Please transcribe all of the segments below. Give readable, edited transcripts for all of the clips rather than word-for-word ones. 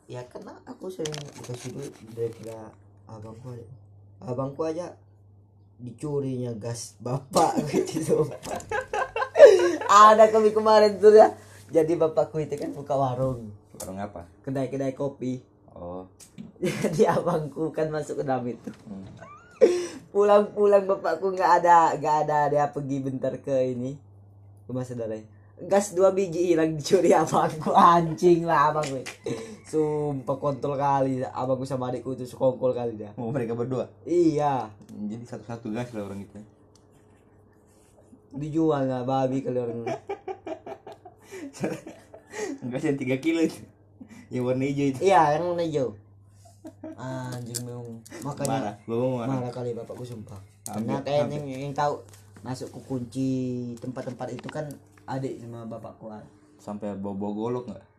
Ya karena aku sering dikasih duit daripada abangku aja dicurinya gas bapak gitu. Ada kami kemarin tuh ya, jadi bapakku itu kan buka warung apa? kedai kopi. Oh. Jadi abangku kan masuk ke dalam itu. Pulang bapakku nggak ada, dia pergi bentar ke rumah saudaranya. Gas 2 biji hilang dicuri abangku, anjing lah abangku. Sumpah kontol kali abangku sama adikku itu, sekongkol kali dia. Oh, mereka berdua. Iya. Jadi satu-satu gas lah orang itu. Dijual nggak babi kali orang. Gas yang 3 kilo itu. Yang warna hijau itu. Iya, yang warna hijau. Anjing memang. Makanya marah kali bapakku sumpah. Karena kayak yang tahu masuk ke kunci tempat-tempat itu kan adik sama bapakku. Sampai bawa golok nggak?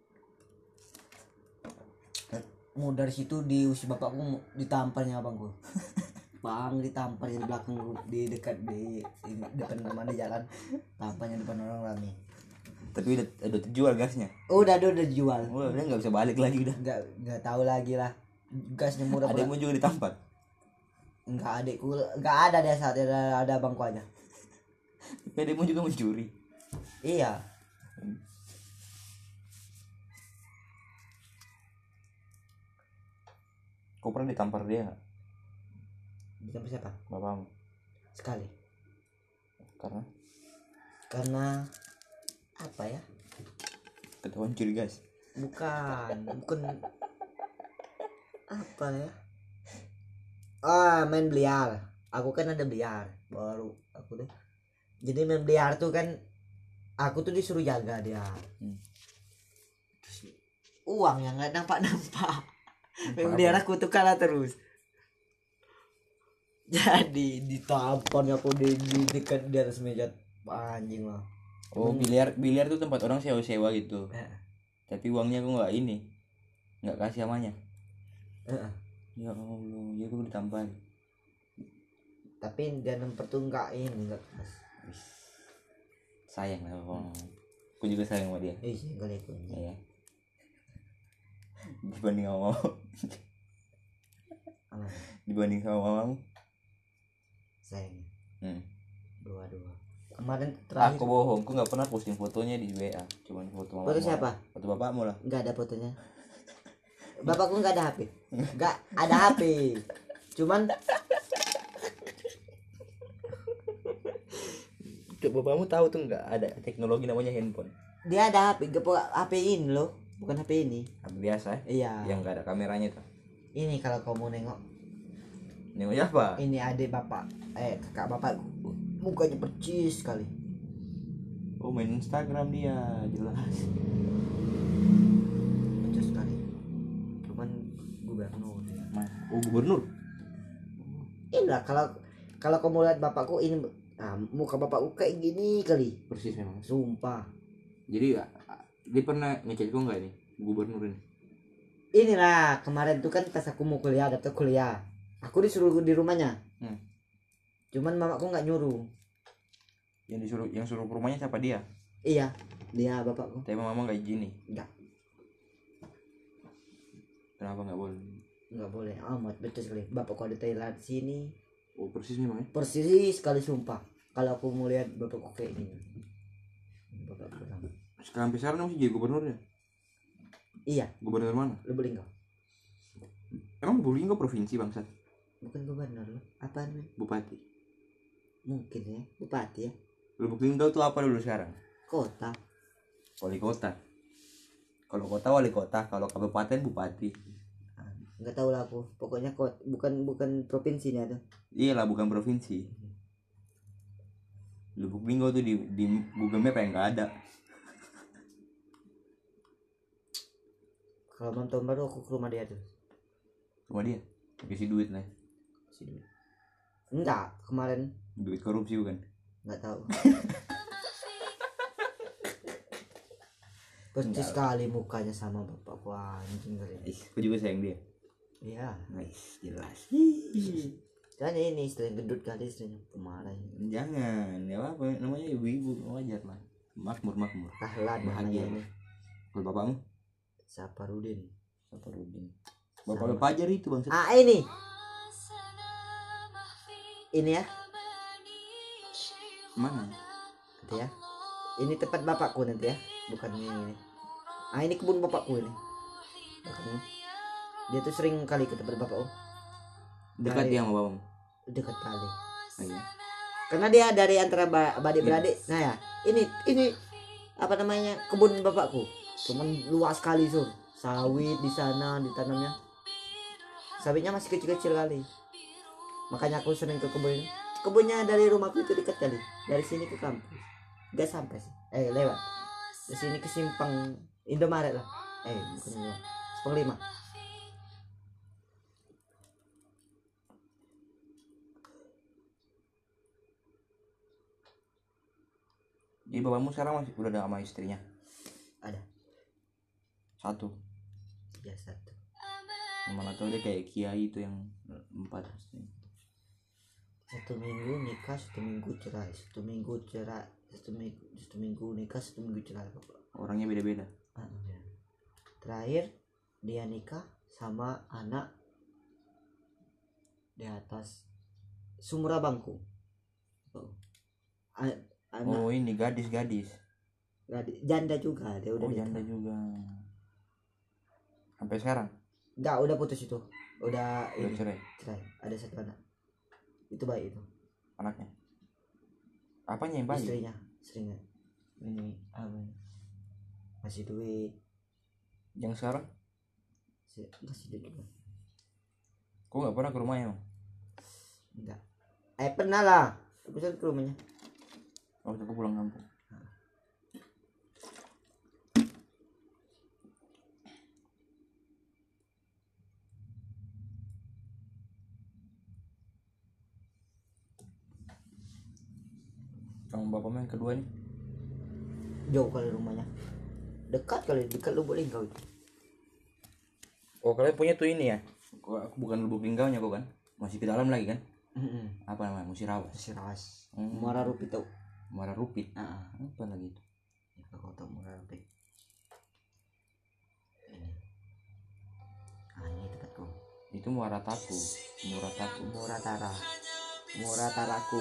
Mau dari situ diusir bapakku, ditamparnya abangku. Bang ditampar di belakang, di depan rumah di jalan, tampaknya depan orang rame. Tapi udah terjual gasnya. Udah jual. Udah nggak bisa balik lagi udah. Nggak tahu lagi lah. Gasnya murah. Adikmu juga ditampar. Enggak, adikku nggak ada dia saat ada abangku aja. Adikmu juga mencuri. Iya. Kau pernah ditampar dia nggak? Ditampar siapa? Bapakmu. Sekali. Karena apa ya? Ketahuan curi gas. Bukan apa ya? Main biliar. Aku kan ada biliar baru aku tuh. Jadi main biliar tuh kan aku tuh disuruh jaga dia. Terus uang yang nggak nampak. Main biliar aku tuh kalah terus. Jadi ditampar aku di dekat di atas meja, anjing lah. Oh, biliar tuh tempat orang sewa gitu. Tapi uangnya aku nggak kasih amanya. Ya Allah, ya aku ditampar. Tapi dia nomor tuh nggak pas. Sayang lah bang. Aku juga sayang sama dia. Enggak lekun. Ya. Dibanding sama mama. Dibanding sama mamamu. Sayang. 2. Kemarin terakhir. Aku bohong, aku nggak pernah posting fotonya di WA. Cuman foto mama. Foto siapa? Foto bapakmu lah. Nggak ada fotonya. Bapakku nggak ada HP. Nggak ada HP. Cuman bapakmu tahu tuh nggak ada teknologi namanya handphone. Dia ada HP, HP ini loh, bukan HP ini. HP biasa. Iya. Yang nggak ada kameranya tuh. Ini kalau kamu nengok. Nengok apa? Ini adik bapak, kakak bapak, mukanya percis sekali. Oh, main Instagram dia, jelas. Percis sekali. Cuman gubernur. Oh, gubernur. Inilah kalau kamu lihat bapakku ini, muka bapakku kayak gini kali. Persis memang. Sumpah. Jadi dia pernah ngechat kok nggak ini gubernur ini? Inilah kemarin tuh kan pas aku mau daftar kuliah, aku disuruh di rumahnya. Cuman mamaku nggak nyuruh. Yang suruh ke rumahnya siapa dia? Iya, dia bapakku. Tapi mama nggak izin nih. Enggak. Kenapa nggak boleh? Nggak boleh amat, betul sekali. Bapakku ada Thailand sini. Oh, persis memang ya? Persis sekali sumpah. Kalau aku mau lihat bapakku kayak gini. Bapakku bilang. Sekarang sampai masih jadi gubernur ya? Iya. Gubernur mana? Lubulingga. Emang Lubulingga provinsi bangsat? Bukan gubernur loh. Apaan nih? Bupati. Mungkin ya, bupati ya. Lubulingga itu apa dulu sekarang? Kota. Wali kota. Kalau kota wali kota, kalau kabupaten bupati. Nggak tahu lah aku. Pokoknya bukan provinsi nih ada. Iyalah, bukan provinsi. Lubulingga tuh di Google Map yang nggak ada. Kalau mau tahun baru aku ke rumah dia tuh. Rumah dia? Kasih duit lah. Kasih duit. Enggak, kemarin. Duit korupsi bukan? Nggak tahu. Percis sekali mukanya sama bapakku, anjing kali. Aku juga sayang dia. Iya. Nice, jelas. Kan ini istrinya gendut kali, istrinya pemarah. Jangan, ya apa namanya, ibu-ibu wajar lah. Makmur. Kahlan bahagia ini. Kalau bapakmu? Saparudin. Safarudin. Bapak Fajar itu bang. Ini ya. Mana? Nanti ya. Ini tempat bapakku nanti ya. Bukan ini. Ini kebun bapakku ini. Dia tuh sering kali ke tempat bapakku. Dekat dia sama bapakmu? Dekat kali. Iya. Karena dia dari antara adik-beradik. Nah ya, ini apa namanya, kebun bapakku. Cuman luas sekali sur. Sawit di sana ditanamnya. Sawitnya masih kecil-kecil kali. Makanya aku sering ke kebun. Kebunnya dari rumahku itu dekat kali. Dari sini ke kampus. Gak sampai sih. Lewat. Dari sini ke simpang Indomaret lah. Bukan Indomaret. Simpang 5. Jadi bapakmu sekarang masih udah ada sama istrinya? Ada. Satu. Ya satu. Mana tahu dia kayak kiai itu yang 4. 1 minggu nikah, 1 minggu cerai, 1 minggu cerai, 1 minggu nikah, 1 minggu cerai. Orangnya beda-beda. Terakhir dia nikah sama anak di atas sumur abangku. Oh ini gadis. Janda juga dia udah. Oh janda juga. Sampai sekarang? Enggak, udah putus itu. Udah cerai. Ada 1 anak. Itu baik itu. Anaknya? Apanya yang baik? Istrinya. Ini masih duit. Yang sekarang? Masih duit juga. Kok nggak pernah ke rumahnya Bang? Enggak. Pernah lah. Aku sering ke rumahnya. Waktu aku pulang kampung. Sama bapakmu yang kedua nih? Jauh kali rumahnya. Dekat Lubuk Linggau itu. Oh kalian punya tuh ini ya? Aku bukan Lubuk Linggaunya kok kan? Masih ke dalam lagi kan? Apa namanya? Musirawas. Muara Rupit tau. Muara Rupit. Apa lagi itu? Ya, kau tahu Muara Rupit. Ini tempatku. Itu Muara Taku. Muara Taraku.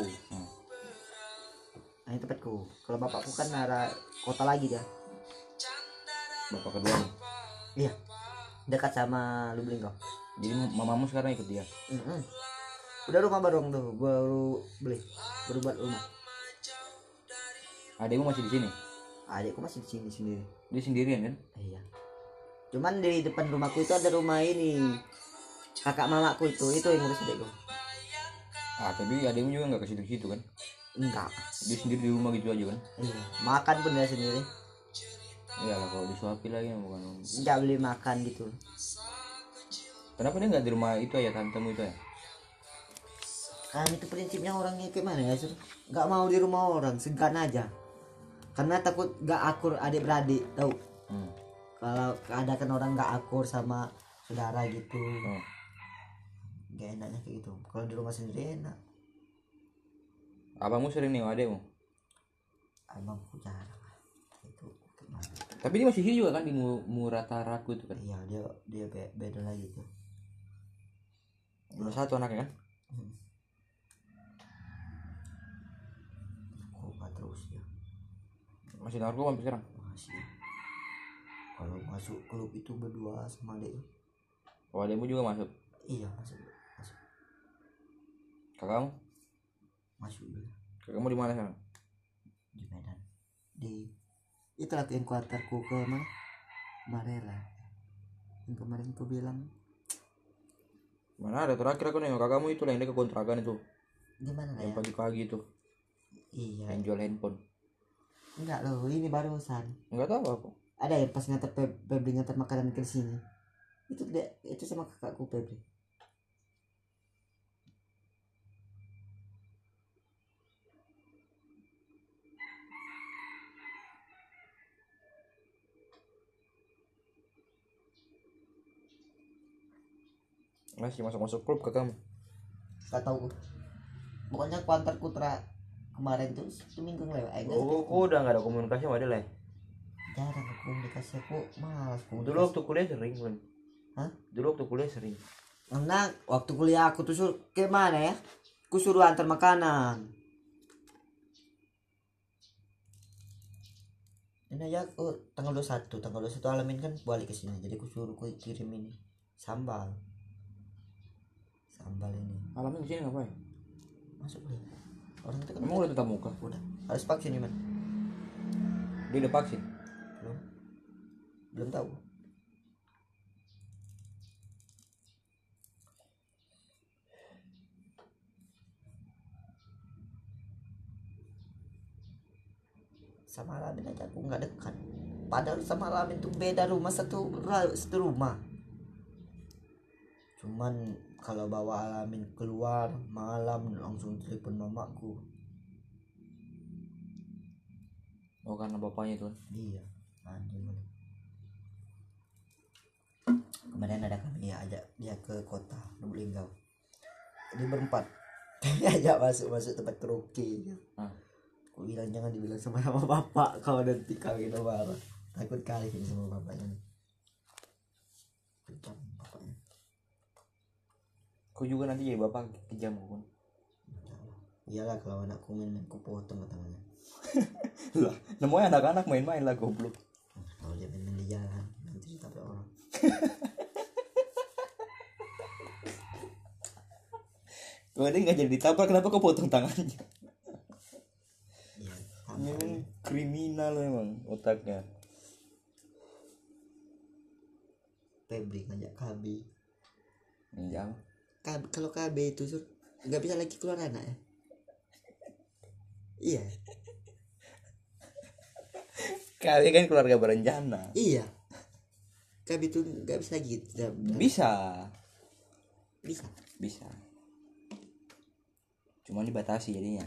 Ini tempatku. Kalau bapakku kan arah kota lagi dia. Bapak kedua nih? Iya. Dekat sama Lubuk Linggau. Jadi mamamu sekarang ikut dia? Udah rumah baru tuh, baru buat rumah. Adikmu masih di sini? Adikku masih di sini sendiri. Dia sendirian kan? Iya. Cuman di depan rumahku itu ada rumah ini. Kakak mamaku itu yang ngurus adikku. Tapi adikmu juga nggak ke situ kan? Enggak. Dia sendiri di rumah gitu aja kan? Iya. Makan pun dia sendiri. Iya lah, kalau disuapi lagi bukan. Enggak beli makan gitu. Kenapa dia nggak di rumah itu ya, tantemu itu ya? Kan itu prinsipnya orangnya kayak mana ya, Sur? Nggak mau di rumah orang, segan aja. Karena takut nggak akur adik-beradik, tahu? Kalau ada kan orang nggak akur sama saudara gitu, nggak enaknya kayak gitu. Kalau di rumah sendiri enak. Abangmu sering nih adikmu? Abangku jarang. Itu gimana? Tapi dia masih hidup juga kan di Murataraku itu kan? Iya, dia beda lagi tuh. Cuma satu anaknya kan? Narkoba terus ya. Masih narkoba sampai sekarang? Masih. Kalau masuk klub itu berdua sama adek. Oh adekmu juga masuk? Iya masuk. Kakakmu? Masuk juga. Kakakmu di mana sekarang? Di Medan. Itulah yang kuantarku ke mana? Marela. Yang kemarin ku bilang. Mana ada terakhir aku nengok kakakmu itu lah yang dia ke kontrakan itu. Di mana yang ya? pagi-pagi itu. Iya. Yang jual handphone. Enggak loh, ini barusan. Enggak tahu aku. Ada ya pas ngantar Febri ngantar makanan ke sini. Itu sama kakakku Febri. Masih masuk klub kakakmu? Gak tahu. Pokoknya kuantarku kemarin tuh 1 minggu lewat. Kok udah nggak ada komunikasi sama dia lah? Jarang aku komunikasi, aku malas. Dulu waktu kuliah sering kan? Hah? Dulu waktu kuliah sering. Karena waktu kuliah aku tuh ke mana ya? Aku suruh antar makanan. Ini aja aku tanggal 21 Alamin kan balik ke sini. Jadi aku suruh aku kirim ini sambal ini. Alamin kesini ngapain? Masuk deh. Orang itu kan Emang udah tetap muka? udah. Harus vaksin man. Dia udah vaksin? Belum tahu. Sama Alamin aja aku nggak dekat. Padahal sama Alamin tuh beda rumah satu rumah. Cuman kalau bawa Alamin keluar malam langsung telepon mamaku. Oh karena bapaknya itu kan? Iya. Anjing. Kemarin ada kami ajak dia ke kota Lubuk Linggau. Dia berempat. Kami ajak masuk tempat karaoke. Aku bilang jangan dibilang sama bapak kalau nanti kawin marah. Takut kali ini sama bapaknya. Kejam bapaknya. Kau juga nanti jadi bapak kejam kan? Iyalah kalau anakku main ku potong tangannya. Lah, namanya anak-anak main-main lah goblok. Kalau dia main di jalan nanti ditabrak orang. Kalau dia nggak jadi ditabrak, kenapa kau potong tangannya? Iya. Memang kriminal memang otaknya. Febri ngajak KB. Jangan. Kalau KB itu nggak bisa lagi keluar anak ya. Iya. Kali kan keluarga berencana. Iya. KB itu nggak bisa gitu. Bisa. Cuma dibatasi jadinya.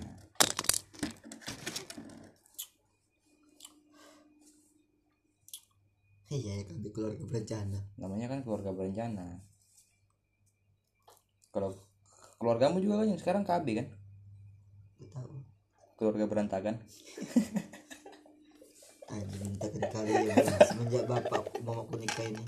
Iya, KB keluarga berencana. Namanya kan keluarga berencana. Kalau keluargamu juga kan yang sekarang KB kan? Tahu. Keluarga berantakan. Anjing minta kali ya semenjak bapak mamaku nikah ini.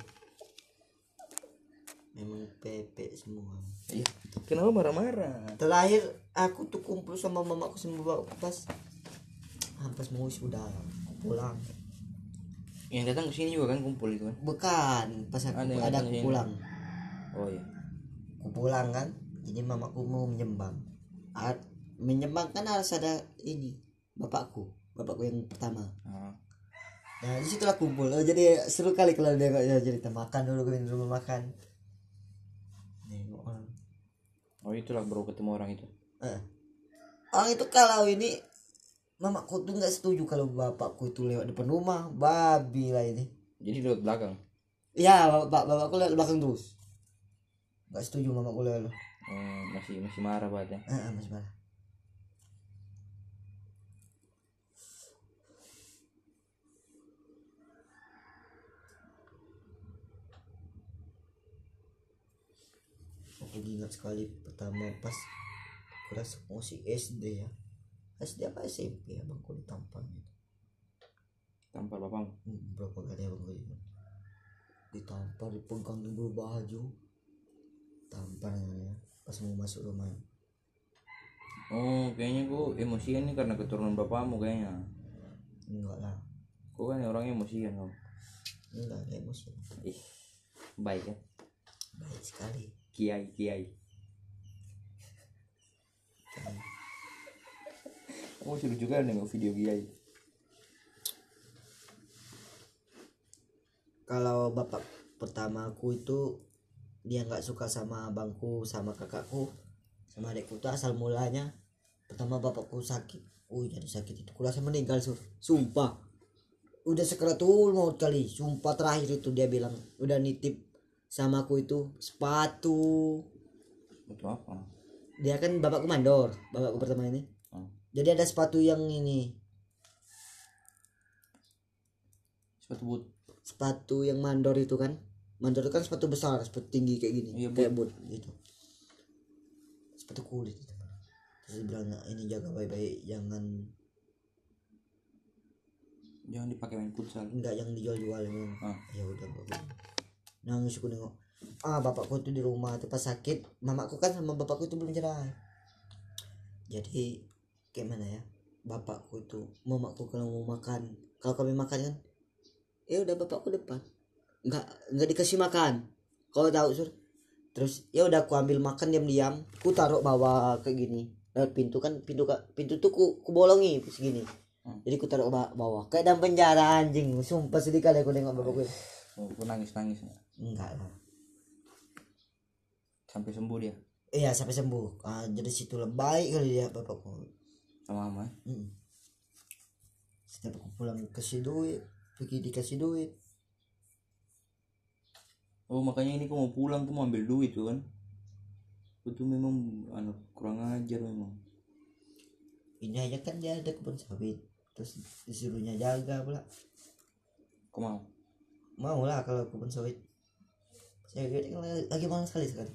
Memang pepe semua. Iya. Kenapa marah-marah? Terakhir aku tuh kumpul sama mamaku sama bapakku pas mau sudah pulang. Yang datang ke sini juga kan kumpul itu kan? Bukan, pas aku ada pulang. Oh iya. Aku pulang kan. Jadi mamaku mau menyembang. Menyembang kan harus ada ini bapakku yang pertama. Nah disitulah kumpul. Jadi seru kali kalau dia nggak cerita makan dulu ke rumah makan. Nengok orang. Oh itulah baru ketemu orang itu. Orang itu kalau ini mamaku tuh nggak setuju kalau bapakku itu lewat depan rumah, babi lah ini. Jadi lewat belakang. Ya bapakku lewat belakang terus. Nggak setuju mamaku lewat. Masih marah banget ya. Masih marah. Aku ingat sekali pertama pas aku rasa masih SD ya. SD apa SMP ya bangku ditampar gitu. Tampar bapakmu? Berapa kali abangku itu ditampar, dipegang dulu baju, tamparnya pas mau masuk rumah. Oh kayaknya gua emosian nih karena keturunan bapakmu kayaknya. Enggak lah. Gua kan orangnya emosian kamu. Enggak ada emosi. Baik ya. Baik sekali. Kiai. Kamu suruh juga nengok video Kiai. Kalau bapak pertama aku itu dia nggak suka sama abangku sama kakakku sama adekku tuh asal mulanya pertama bapakku sakit. Jadi sakit itu kurasa meninggal sumpah. Udah sekeratul maut kali. Sumpah terakhir itu dia bilang udah nitip sama aku itu sepatu. Betul apa? Dia kan bapakku mandor, bapakku pertama ini. Jadi ada sepatu yang ini. Sepatu boot. Sepatu yang mandor itu kan. Mandor itu kan sepatu besar, sepatu tinggi kayak gini. Iya, kayak boot gitu. Sepatu kulit itu. Terus dia bilang ini jaga baik-baik jangan dipakai main futsal. Enggak yang dijual-jual memang. Ya udah bagus. Nangis aku nengok bapakku tuh di rumah tuh pas sakit. Mamaku kan sama bapakku itu belum cerai. Jadi gimana ya, bapakku tuh mamaku kalau mau makan, kalau kami makan kan ya udah bapakku depan, nggak dikasih makan kalau tahu sur. Terus ya udah aku ambil makan diam-diam, ku taruh bawah kayak gini. Pintu kan, pintu tuh ku bolongi segini. Jadi ku taruh bawah kayak dalam penjara anjing. Sumpah sedih kali aku nengok bapakku. Aku nangis Enggak lah, sampai sembuh dia iya sampai sembuh. Jadi situ lebay kali dia bapakku sama mama. Setiap aku pulang kasih duit, pergi dikasih duit. Oh makanya ini kau mau pulang tuh mau ambil duit tuh kan. Itu memang kurang ajar memang. Ini aja kan dia ada kebun sawit, terus disuruhnya jaga pula. Kau Mau lah kalau kebun sawit. Saya lagi mahal sekali sekarang.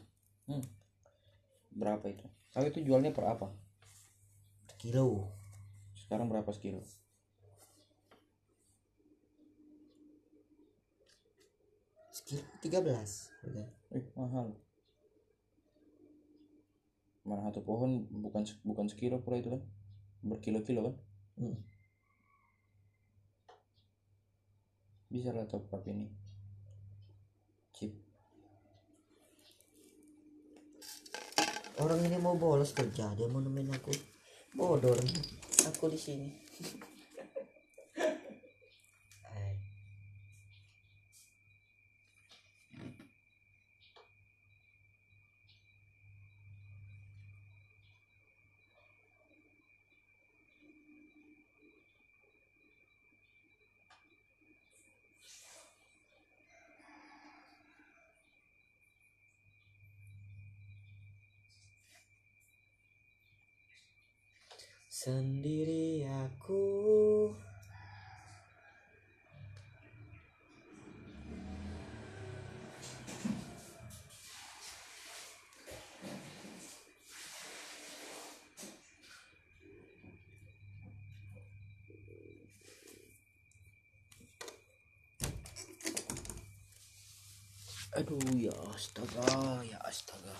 Berapa itu? Sawit itu jualnya per apa? Kilo. Sekarang berapa sekilo? Sekilo 13. Udah. Mahal. Mana satu pohon bukan sekilo pula itu kan? Berkilo-kilo kan? Bisa lah top up ini. Chip. Orang ini mau bolos kerja, dia mau nemenin aku. Bodoh orang. Aku di sini. Sendiri aku. Aduh ya astaga, ya astaga.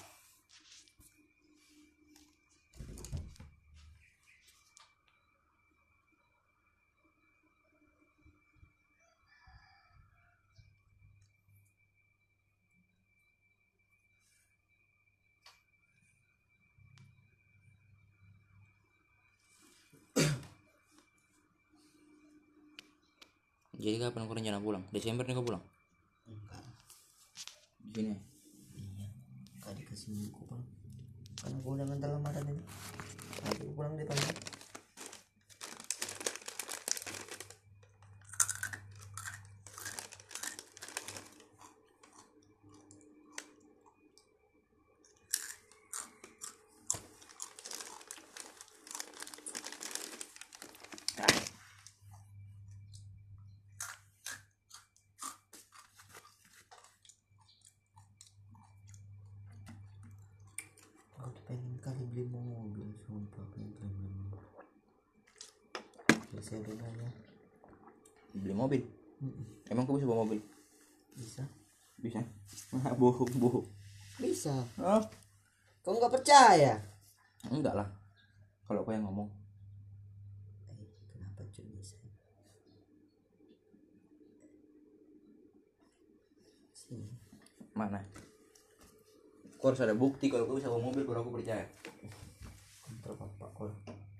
Jadi kapan kau rencana pulang? Desember nih kau pulang? Enggak. Di sini. Iya. Kali kesini aku pulang. Karena aku udah ngantar lamaran ini. Nanti aku pulang di pagi. Aku tuh pengen kali beli mobil, sumpah pengen beli mobil. Saya beli aja. Beli mobil? Emang kau bisa bawa mobil? Bisa. Bisa? Bohong. Bisa. Oh? Kau nggak percaya? Enggak lah. Kalau kau yang ngomong. Kenapa cuy bisa? Sini. Mana? Kau harus ada bukti kalau kau bisa bawa mobil baru aku percaya. Kontrol bapak kau.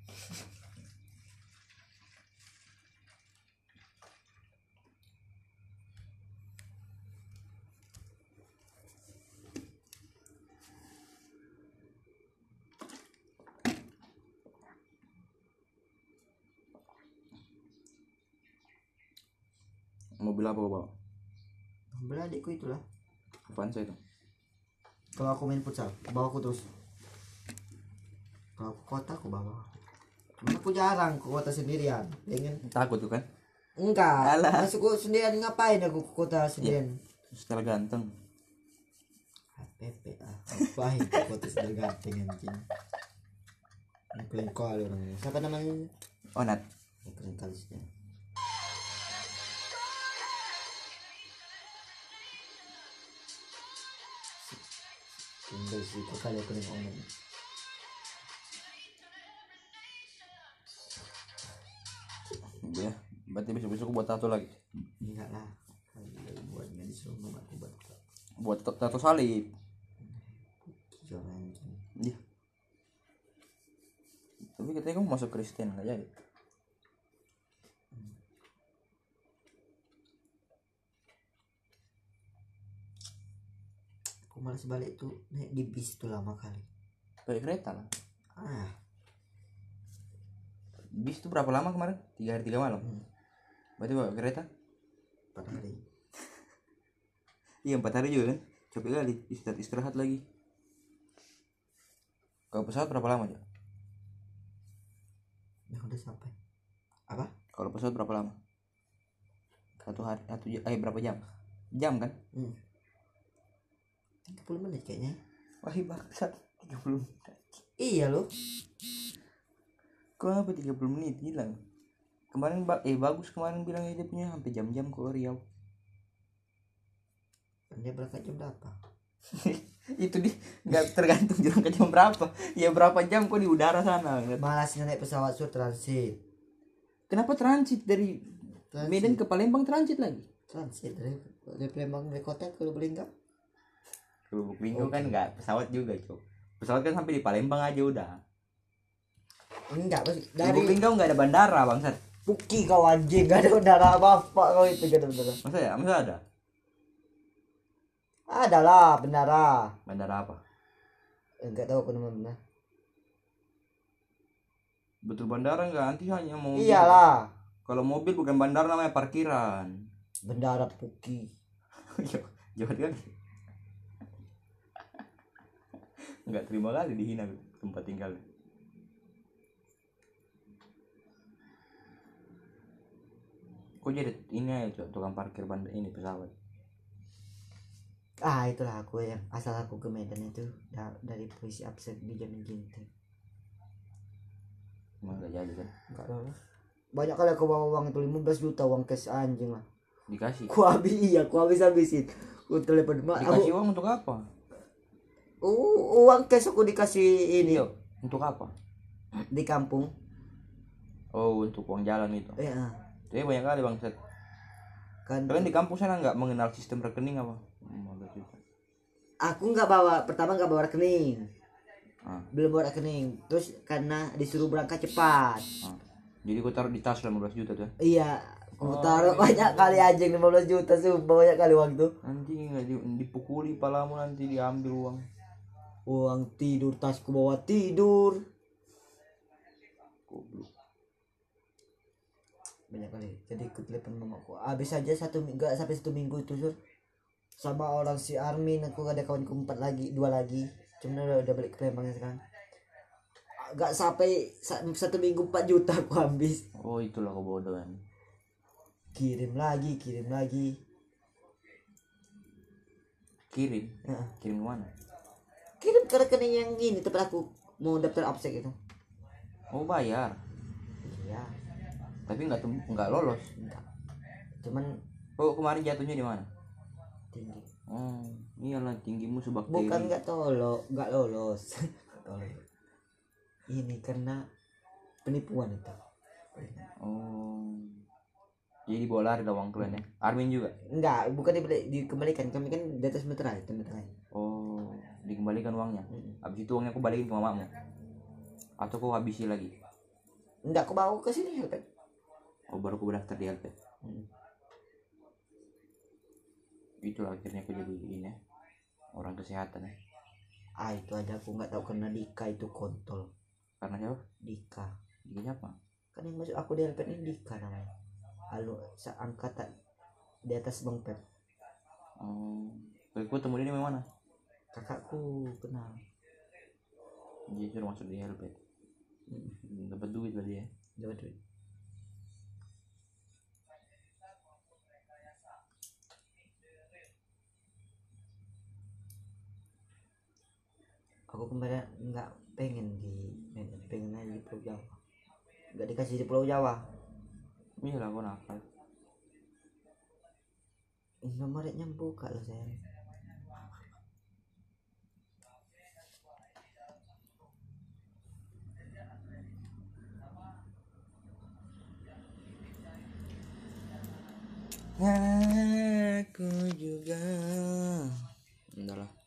Mobil apa kau bawa? Mobil adikku itulah. Avanza itu. Kalau aku main futsal, bawa aku terus. Kalau aku kota aku bawa. Cuman aku jarang ke kota sendirian. Pengen. Takut tuh kan? Enggak. Alah. Masuk ke sendirian ngapain aku ke kota sendirian? Setelah ganteng. HPP ngapain ke kota sendirian ganteng anjing. Keren kali orangnya. Siapa namanya? Onat. Keren kali sih. tinggal situ kali aku nengok online. Ya, berarti besok buat tato lagi. Enggak lah, buatnya disuruh mama aku buat tato salib. Jangan. Iya. Tapi katanya kamu masuk Kristen nggak jadi. Aku malas balik tuh naik di bis tuh lama kali. Balik kereta lah. Bis tuh berapa lama kemarin? 3 hari 3 malam. Berarti bawa kereta 4 hari. Iya 4 hari juga kan. Capek kali, istirahat lagi. Kalau pesawat berapa lama aja? Yang udah sampai. Apa? Kalau pesawat berapa lama? 1 hari, berapa jam? Jam kan? 30 menit kayaknya. Wah bangsat 30 menit. Iya loh. Kenapa 30 menit hilang? Kemarin bagus kemarin bilangnya dia punya sampai jam-jam ke Riau. Dia berangkat jam berapa? Itu nggak tergantung berangkat jam berapa. Ya berapa jam kok di udara sana. Malasnya naik pesawat transit. Kenapa transit dari Medan ke Palembang transit lagi? Transit dari Palembang dari kota ke Lubulingga. Ke Lubulingga kan nggak pesawat juga cok. Pesawat kan sampai di Palembang aja udah. Enggak pasti Dari Lubulingga nggak ada bandara bangsat. Puki kau anjing, gak ada bandara bapak kau itu gak ada bandara. Masa ada? Ada lah bandara. Bandara apa? Enggak tahu aku namanya. Betul bandara nggak? Nanti hanya mobil. Iyalah. Kalau mobil bukan bandara namanya parkiran. Bandara Puki. Jawa kan? Nggak terima kali dihina tempat tinggal. Kok jadi ini aja tukang parkir bandar ini pesawat. Itulah aku yang asal aku ke Medan itu dari polisi absen dijamin cinta. Emang gak jadi kan? Enggak lolos. Banyak kali aku bawa uang itu 15 juta uang cash anjing lah. Dikasih. Ku habisin. Ku telepon mak. Dikasih uang untuk apa? Uang cash aku dikasih ini. Iya, untuk apa? Di kampung. Oh, untuk uang jalan itu. Iya. Tapi banyak kali bangsat. Kan kalian di kampus sana nggak mengenal sistem rekening apa? Aku pertama nggak bawa rekening. Belum bawa rekening. Terus karena disuruh berangkat cepat. Jadi gue taruh di tas 15 juta tuh. Iya, aku taruh banyak kali anjing 15 juta sumpah banyak kali uang tuh. Nanti nggak dipukuli palamu, nanti diambil uang. Uang tidur, tasku bawa tidur. Goblok. Banyak kali. Jadi aku telepon mamaku. Habis aja nggak sampai 1 minggu itu sur. Sama orang si Armin, aku ada kawanku 2 lagi. Cuma udah balik ke Palembang sekarang. Gak sampai 1 minggu 4 juta aku habis. Oh itulah kebodohan. Kirim lagi. Kirim kemana? Kirim ke rekening yang ini tempat aku mau daftar absek itu. Oh bayar. Iya. Tapi nggak lolos. Enggak. Cuman kemarin jatuhnya di mana? Tinggi. Oh iyalah, tinggimu sebakteri. Bukan nggak lolos. Ini karena penipuan itu. Oh. Jadi bola ada uang kalian ya? Armin juga? Enggak, bukan dikembalikan. Kami kan di atas meterai. Oh, dikembalikan uangnya. Habis itu uangnya aku balikin ke mamamu. Atau kau habisi lagi? Enggak, aku bawa ke sini Helpet. Oh, baru aku daftar di Helpet. Itulah akhirnya aku jadi ini ya, orang kesehatan ya. Itu aja aku nggak tahu karena Dika itu kontol. Karena siapa? Dika siapa? Kan yang masuk aku di Helpet ini Dika namanya. Halo, seangkatan di atas Bang Pep. Oh, aku temu dia di mana? Kakakku kenal. Dia suruh masuk di Helpet. Dapat duit lah dia. Dapat duit. Aku kemarin nggak pengen pengen aja di Pulau Jawa. Nggak dikasih di Pulau Jawa. Iya lah, aku nakal. Nomornya buka loh sayang. Aku juga. Udah lah.